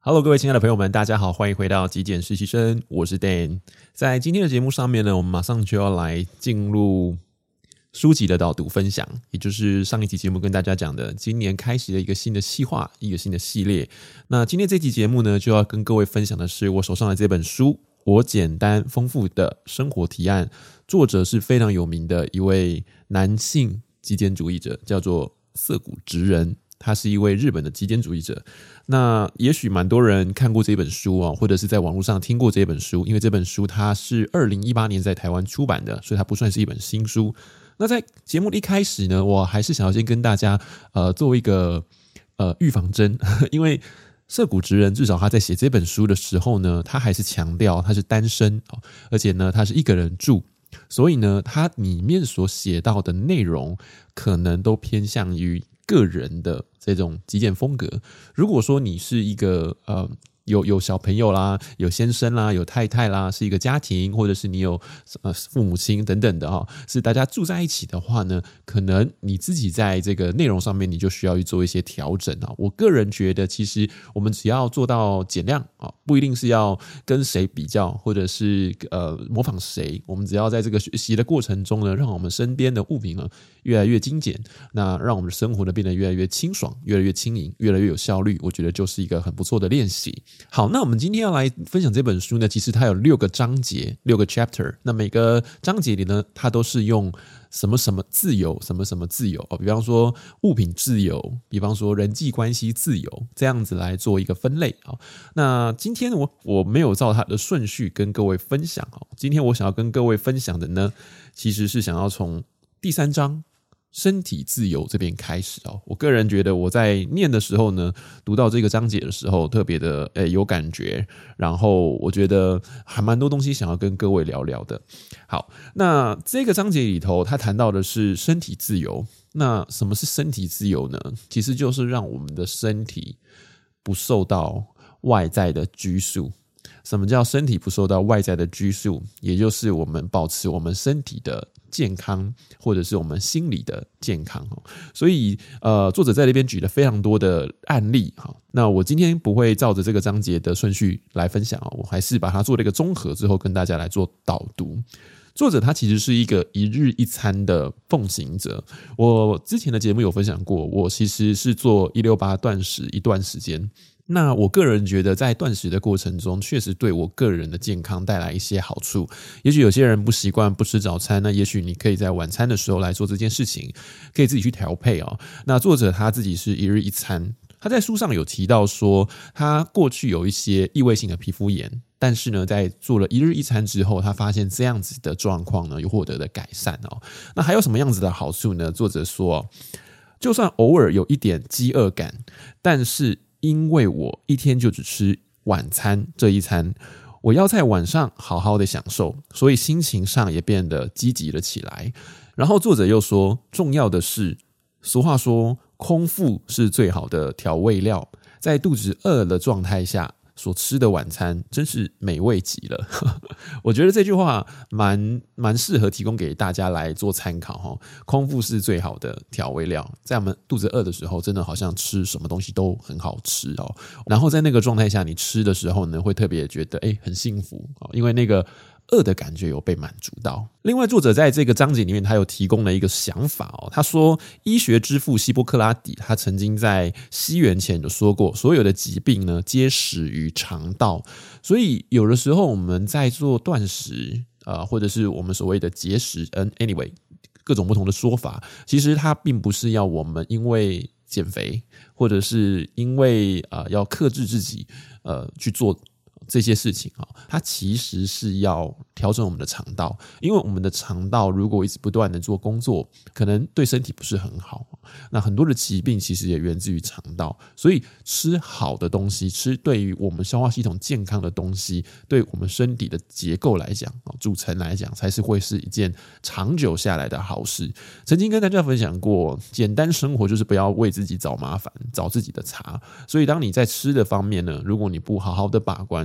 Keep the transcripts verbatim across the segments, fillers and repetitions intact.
Hello， 各位亲爱的朋友们，大家好，欢迎回到极简实习生，我是 Dan。在今天的节目上面呢，我们马上就要来进入书籍的导读分享，也就是上一期节目跟大家讲的，今年开始的一个新的企划，一个新的系列。那今天这期节目呢，就要跟各位分享的是我手上的这本书《我简单丰富的生活提案》，作者是非常有名的一位男性极简主义者，叫做涩谷直人。他是一位日本的极简主义者，那也许蛮多人看过这本书啊，或者是在网络上听过这本书，因为这本书它是二零一八年在台湾出版的，所以它不算是一本新书。那在节目的一开始呢，我还是想要先跟大家呃做一个呃预防针，因为涩谷直人至少他在写这本书的时候呢，他还是强调他是单身，而且呢他是一个人住。所以呢，他里面所写到的内容可能都偏向于个人的这种极简风格。如果说你是一个呃有有小朋友啦，有先生啦，有太太啦，是一个家庭，或者是你有呃父母亲等等的哈、哦，是大家住在一起的话呢，可能你自己在这个内容上面你就需要去做一些调整啊。我个人觉得，其实我们只要做到减量啊，不一定是要跟谁比较，或者是呃模仿谁，我们只要在这个学习的过程中呢，让我们身边的物品呢越来越精简，那让我们的生活呢变得越来越清爽，越来越轻盈，越来越有效率，我觉得就是一个很不错的练习。好，那我们今天要来分享这本书呢，其实它有六个章节，六个 chapter。那每个章节里呢，它都是用什么什么自由，什么什么自由，比方说物品自由，比方说人际关系自由，这样子来做一个分类。那今天我我没有照它的顺序跟各位分享，今天我想要跟各位分享的呢，其实是想要从第三章身体自由这边开始哦，我个人觉得我在念的时候呢，读到这个章节的时候特别的诶有感觉，然后我觉得还蛮多东西想要跟各位聊聊的。好，那这个章节里头他谈到的是身体自由。那什么是身体自由呢？其实就是让我们的身体不受到外在的拘束。什么叫身体不受到外在的拘束？也就是我们保持我们身体的健康，或者是我们心理的健康。所以呃，作者在那边举了非常多的案例。那我今天不会照着这个章节的顺序来分享，我还是把它做了一个综合之后跟大家来做导读。作者他其实是一个一日一餐的奉行者，我之前的节目有分享过，我其实是做一六八断食一段时间。那我个人觉得在断食的过程中确实对我个人的健康带来一些好处。也许有些人不习惯不吃早餐，那也许你可以在晚餐的时候来做这件事情，可以自己去调配哦。那作者他自己是一日一餐，他在书上有提到说他过去有一些异位性的皮肤炎，但是呢在做了一日一餐之后，他发现这样子的状况呢有获得的改善哦。那还有什么样子的好处呢？作者说就算偶尔有一点饥饿感，但是因为我一天就只吃晚餐这一餐，我要在晚上好好的享受，所以心情上也变得积极了起来。然后作者又说，重要的是，俗话说空腹是最好的调味料，在肚子饿的状态下所吃的晚餐真是美味极了。我觉得这句话蛮蛮适合提供给大家来做参考。空腹是最好的调味料，在我们肚子饿的时候真的好像吃什么东西都很好吃哦。然后在那个状态下你吃的时候呢，会特别觉得诶很幸福，因为那个饿的感觉有被满足到。另外作者在这个章节里面他有提供了一个想法哦，他说医学之父希波克拉底他曾经在西元前有说过，所有的疾病呢皆始于肠道。所以有的时候我们在做断食、呃、或者是我们所谓的节食 anyway 各种不同的说法，其实它并不是要我们因为减肥或者是因为、呃、要克制自己、呃、去做这些事情，它其实是要调整我们的肠道。因为我们的肠道如果一直不断的做工作，可能对身体不是很好，那很多的疾病其实也源自于肠道。所以吃好的东西，吃对于我们消化系统健康的东西，对我们身体的结构来讲，组成来讲，才是会是一件长久下来的好事。曾经跟大家分享过，简单生活就是不要为自己找麻烦，找自己的茬。所以当你在吃的方面呢，如果你不好好的把关，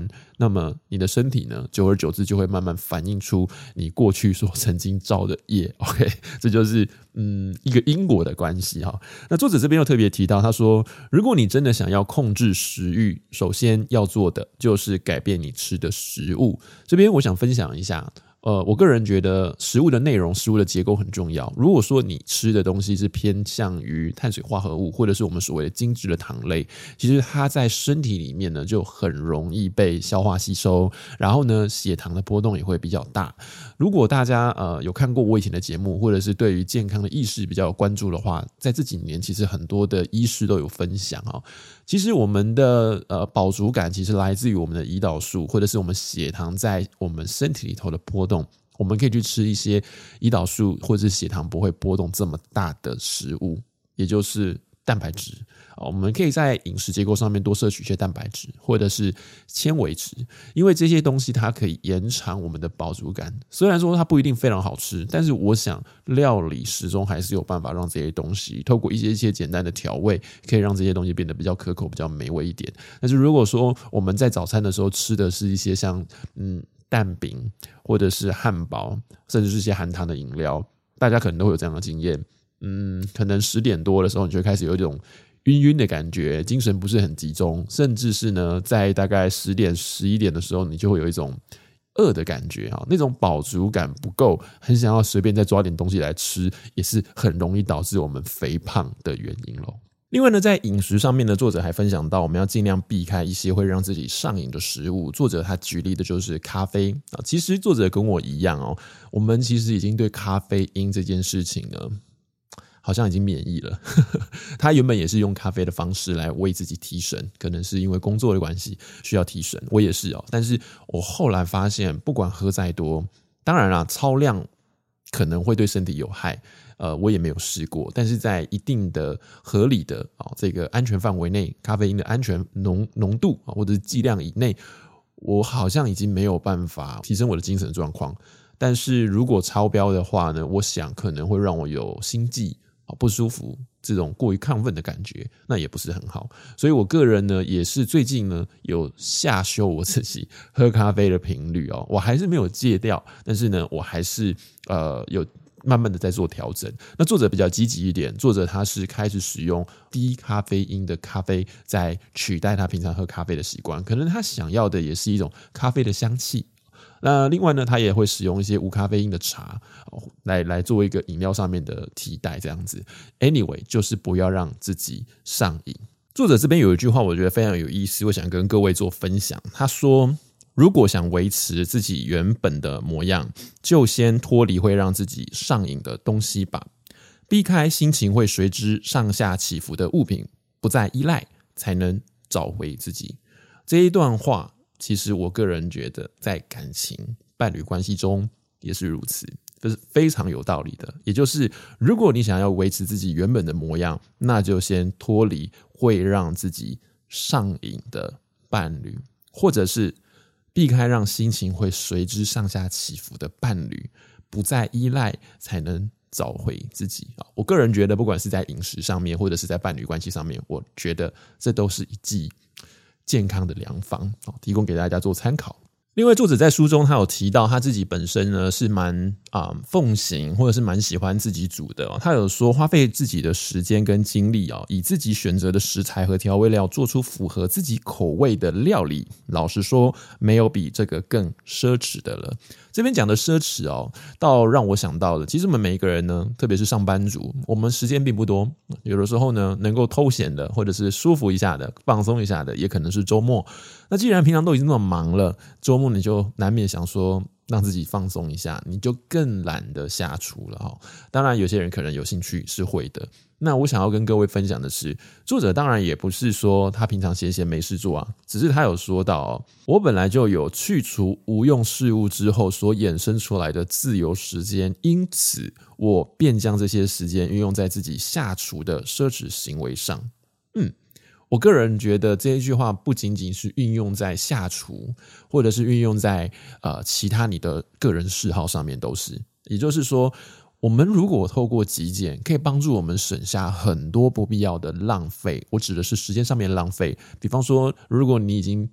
惯，那么你的身体呢，久而久之就会慢慢反映出你过去所曾经造的业。OK， 这就是嗯一个因果的关系哈。那作者这边又特别提到，他说，如果你真的想要控制食欲，首先要做的就是改变你吃的食物。这边我想分享一下。呃，我个人觉得食物的内容、食物的结构很重要。如果说你吃的东西是偏向于碳水化合物，或者是我们所谓的精致的糖类，其实它在身体里面呢就很容易被消化吸收，然后呢血糖的波动也会比较大。如果大家呃有看过我以前的节目，或者是对于健康的意识比较有关注的话，在这几年其实很多的医师都有分享哦。其实我们的呃饱足感其实来自于我们的胰岛素，或者是我们血糖在我们身体里头的波动。我们可以去吃一些胰岛素或者是血糖不会波动这么大的食物，也就是蛋白质。我们可以在饮食结构上面多摄取一些蛋白质或者是纤维质，因为这些东西它可以延长我们的饱足感。虽然说它不一定非常好吃，但是我想料理始终还是有办法让这些东西透过一些一些简单的调味，可以让这些东西变得比较可口、比较美味一点。但是如果说我们在早餐的时候吃的是一些像嗯蛋饼或者是汉堡，甚至是一些含糖的饮料，大家可能都会有这样的经验。嗯，可能十点多的时候，你就会开始有一种晕晕的感觉，精神不是很集中，甚至是呢，在大概十点、十一点的时候，你就会有一种饿的感觉哈，那种饱足感不够，很想要随便再抓点东西来吃，也是很容易导致我们肥胖的原因咯。另外呢，在饮食上面呢，作者还分享到，我们要尽量避开一些会让自己上瘾的食物。作者他举例的就是咖啡啊，其实作者跟我一样哦，我们其实已经对咖啡因这件事情呢，好像已经免疫了。他原本也是用咖啡的方式来为自己提神，可能是因为工作的关系需要提神，我也是哦。但是我后来发现，不管喝再多，当然啦，超量可能会对身体有害。呃，我也没有试过，但是在一定的合理的、哦、这个安全范围内，咖啡因的安全浓浓度、哦、或者是剂量以内，我好像已经没有办法提升我的精神状况。但是如果超标的话呢，我想可能会让我有心悸、哦、不舒服，这种过于亢奋的感觉，那也不是很好。所以我个人呢，也是最近呢有下修我自己喝咖啡的频率哦，我还是没有戒掉，但是呢，我还是呃有。慢慢的在做调整。那作者比较积极一点，作者他是开始使用低咖啡因的咖啡，在取代他平常喝咖啡的习惯。可能他想要的也是一种咖啡的香气。那另外呢，他也会使用一些无咖啡因的茶，来来做一个饮料上面的替代，这样子。Anyway， 就是不要让自己上瘾。作者这边有一句话，我觉得非常有意思，我想跟各位做分享。他说，如果想维持自己原本的模样，就先脱离会让自己上瘾的东西吧，避开心情会随之上下起伏的物品，不再依赖，才能找回自己。这一段话，其实我个人觉得在感情、伴侣关系中也是如此，这是非常有道理的。也就是，如果你想要维持自己原本的模样，那就先脱离会让自己上瘾的伴侣，或者是避开让心情会随之上下起伏的伴侣，不再依赖，才能找回自己。我个人觉得，不管是在饮食上面，或者是在伴侣关系上面，我觉得这都是一剂健康的良方，提供给大家做参考。另外，作者在书中他有提到他自己本身呢是蛮啊、呃、奉行或者是蛮喜欢自己煮的、哦、他有说花费自己的时间跟精力、哦、以自己选择的食材和调味料做出符合自己口味的料理，老实说没有比这个更奢侈的了。这边讲的奢侈哦，倒让我想到了，其实我们每一个人呢，特别是上班族，我们时间并不多，有的时候呢能够偷闲的或者是舒服一下的放松一下的，也可能是周末。那既然平常都已经那么忙了，周末你就难免想说让自己放松一下，你就更懒得下厨了。当然有些人可能有兴趣是会的。那我想要跟各位分享的是，作者当然也不是说他平常闲闲没事做啊，只是他有说到、哦、我本来就有去除无用事物之后所衍生出来的自由时间，因此我便将这些时间运用在自己下厨的奢侈行为上。嗯，我个人觉得这一句话不仅仅是运用在下厨，或者是运用在呃其他你的个人嗜好上面都是。也就是说，我们如果透过极简，可以帮助我们省下很多不必要的浪费。我指的是时间上面的浪费。比方说，如果你已经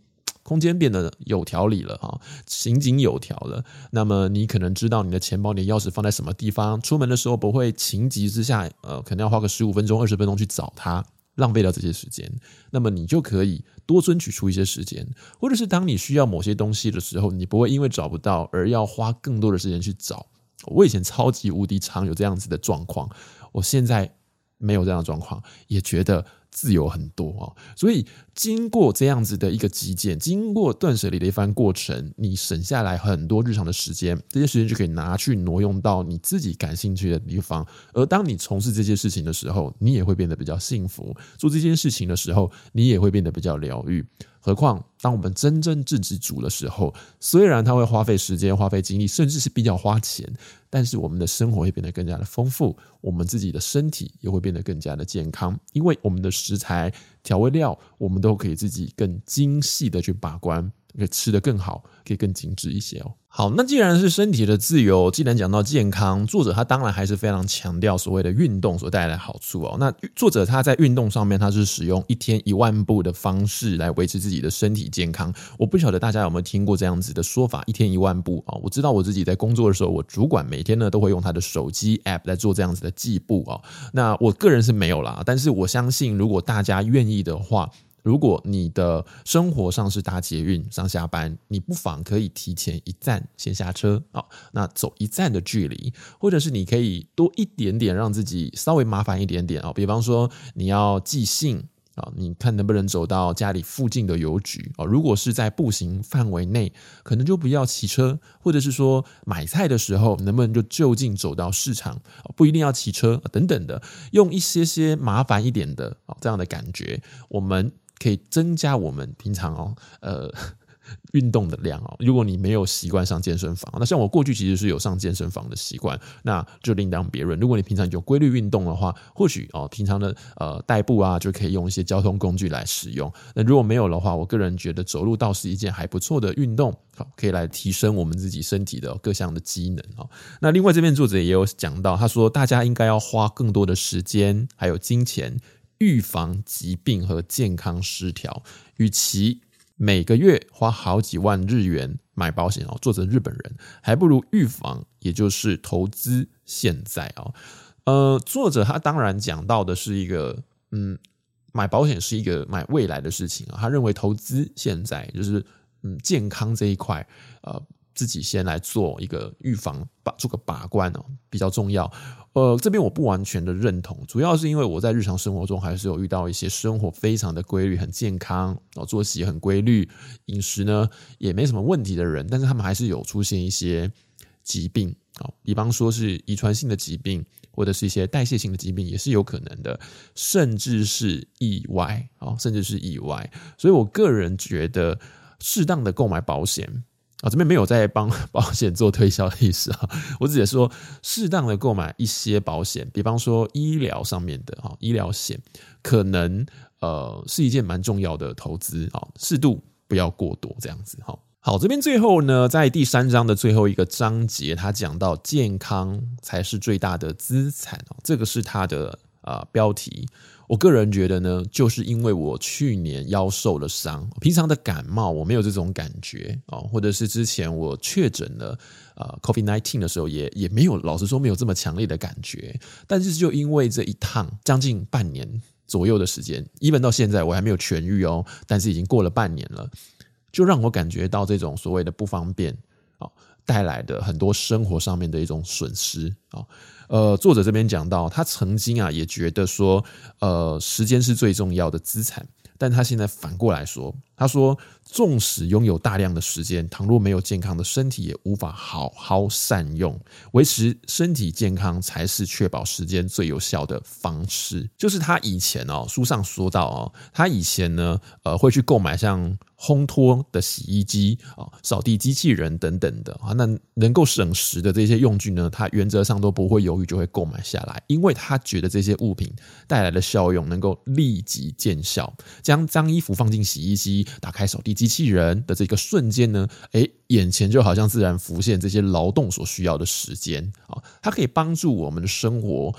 空间变得有条理了哈，井井有条了。那么你可能知道你的钱包、你的钥匙放在什么地方，出门的时候不会情急之下，呃，可能要花个十五分钟、二十分钟去找它，浪费掉这些时间。那么你就可以多争取出一些时间，或者是当你需要某些东西的时候，你不会因为找不到而要花更多的时间去找。我以前超级无敌常有这样子的状况，我现在没有这样的状况，也觉得自由很多哦。所以经过这样子的一个极简，经过断舍离的一番过程，你省下来很多日常的时间，这些时间就可以拿去挪用到你自己感兴趣的地方。而当你从事这些事情的时候，你也会变得比较幸福，做这件事情的时候，你也会变得比较疗愈。何况当我们真正自给足的时候，虽然它会花费时间、花费精力，甚至是比较花钱，但是我们的生活会变得更加的丰富，我们自己的身体也会变得更加的健康，因为我们的食材、调味料，我们都可以自己更精细的去把关，可以吃得更好，可以更精致一些哦。好，那既然是身体的自由，既然讲到健康，作者他当然还是非常强调所谓的运动所带来的好处哦。那作者他在运动上面，他是使用一天一万步的方式来维持自己的身体健康。我不晓得大家有没有听过这样子的说法，一天一万步啊。我知道我自己在工作的时候，我主管每天呢都会用他的手机 app 来做这样子的计步啊。那我个人是没有啦，但是我相信如果大家愿意的话，如果你的生活上是搭捷运上下班，你不妨可以提前一站先下车，那走一站的距离，或者是你可以多一点点让自己稍微麻烦一点点，比方说你要寄信，你看能不能走到家里附近的邮局，如果是在步行范围内，可能就不要骑车，或者是说买菜的时候能不能就就近走到市场，不一定要骑车等等的，用一些些麻烦一点的这样的感觉，我们可以增加我们平常哦，呃，运动的量哦。如果你没有习惯上健身房，那像我过去其实是有上健身房的习惯，那就另当别论。如果你平常有规律运动的话，或许哦，平常的呃代步啊，就可以用一些交通工具来使用。那如果没有的话，我个人觉得走路倒是一件还不错的运动，好，可以来提升我们自己身体的各项的机能哦。那另外这边作者也有讲到，他说大家应该要花更多的时间还有金钱，预防疾病和健康失调，与其每个月花好几万日元买保险，作者日本人，还不如预防，也就是投资现在。呃，作者他当然讲到的是一个嗯，买保险是一个买未来的事情，他认为投资现在就是嗯健康这一块，呃自己先来做一个预防，做个把关哦，比较重要。呃，这边我不完全的认同，主要是因为我在日常生活中还是有遇到一些生活非常的规律、很健康，作息很规律，饮食呢也没什么问题的人，但是他们还是有出现一些疾病，比方说是遗传性的疾病，或者是一些代谢性的疾病也是有可能的，甚至是意外，甚至是意外。所以我个人觉得适当的购买保险，啊，这边没有在帮保险做推销的意思啊，我只是说适当的购买一些保险，比方说医疗上面的哈，医疗险可能呃是一件蛮重要的投资啊，适度不要过多这样子哈。好，这边最后呢，在第三章的最后一个章节，他讲到健康才是最大的资产，这个是他的呃标题。我个人觉得呢，就是因为我去年腰受了伤，平常的感冒我没有这种感觉，或者是之前我确诊了呃 COVID 十九 的时候也也没有，老实说没有这么强烈的感觉，但是就因为这一趟将近半年左右的时间 even 到现在我还没有痊愈哦，但是已经过了半年了，就让我感觉到这种所谓的不方便带来的很多生活上面的一种损失。呃，作者这边讲到，他曾经啊也觉得说，呃，时间是最重要的资产，但他现在反过来说，他说，纵使拥有大量的时间，倘若没有健康的身体，也无法好好善用。维持身体健康才是确保时间最有效的方式。就是他以前哦，书上说到哦，他以前呢，呃，会去购买像烘托的洗衣机、扫地机器人等等的，那能够省时的这些用具呢，他原则上都不会犹豫就会购买下来，因为他觉得这些物品带来的效用能够立即见效。将脏衣服放进洗衣机，打开扫地机器人的这个瞬间呢，诶，眼前就好像自然浮现这些劳动所需要的时间，它可以帮助我们的生活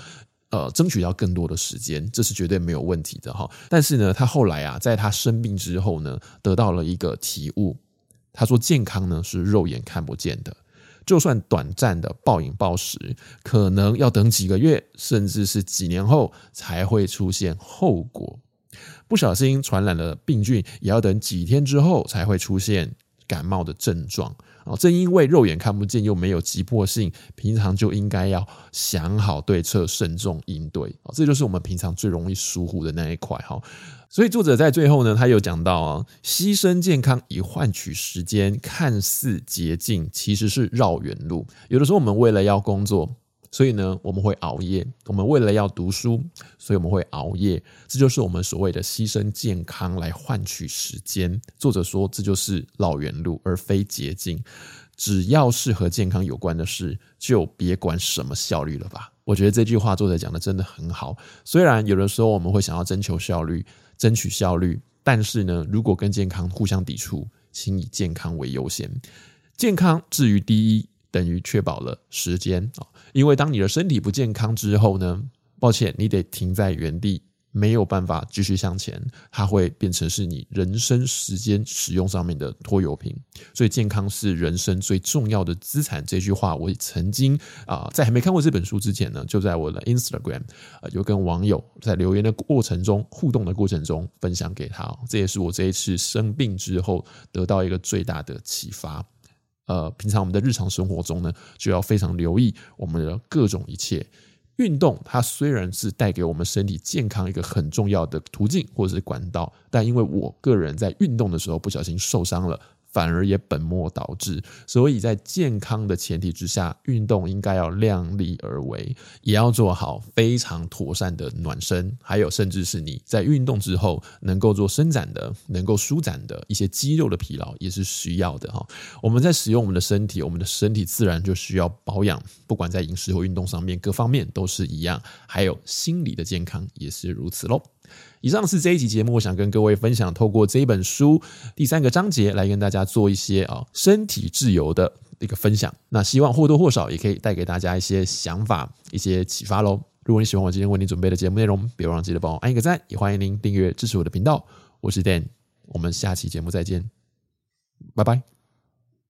呃，争取到更多的时间，这是绝对没有问题的哈。但是呢，他后来啊，在他生病之后呢，得到了一个体悟。他说，健康呢是肉眼看不见的，就算短暂的暴饮暴食，可能要等几个月，甚至是几年后才会出现后果。不小心传染了病菌，也要等几天之后才会出现感冒的症状。正因为肉眼看不见又没有急迫性，平常就应该要想好对策，慎重应对。这就是我们平常最容易疏忽的那一块。所以作者在最后呢，他有讲到啊，牺牲健康以换取时间，看似捷径，其实是绕远路。有的时候我们为了要工作，所以呢，我们会熬夜；我们为了要读书，所以我们会熬夜。这就是我们所谓的牺牲健康来换取时间。作者说，这就是绕远路，而非捷径。只要是和健康有关的事，就别管什么效率了吧。我觉得这句话作者讲的真的很好。虽然有的时候我们会想要征求效率、争取效率，但是呢，如果跟健康互相抵触，请以健康为优先。健康置于第一，等于确保了时间。因为当你的身体不健康之后呢，抱歉，你得停在原地，没有办法继续向前，它会变成是你人生时间使用上面的拖油瓶。所以健康是人生最重要的资产，这句话我曾经、呃、在还没看过这本书之前呢，就在我的 Instagram、呃、有跟网友在留言的过程中互动的过程中分享给他。这也是我这一次生病之后得到一个最大的启发。呃，平常我们的日常生活中呢，就要非常留意我们的各种一切。运动它虽然是带给我们身体健康一个很重要的途径或者是管道，但因为我个人在运动的时候不小心受伤了，反而也本末倒置。所以在健康的前提之下，运动应该要量力而为，也要做好非常妥善的暖身，还有甚至是你在运动之后能够做伸展的、能够舒展的一些肌肉的疲劳也是需要的。我们在使用我们的身体，我们的身体自然就需要保养，不管在饮食或运动上面，各方面都是一样，还有心理的健康也是如此咯。以上是这一集节目，我想跟各位分享，透过这一本书第三个章节来跟大家做一些、哦、身体自由的一个分享。那希望或多或少也可以带给大家一些想法、一些启发咯。如果你喜欢我今天为你准备的节目内容，别忘记了帮我按一个赞，也欢迎您订阅支持我的频道。我是 Dan， 我们下期节目再见，拜拜。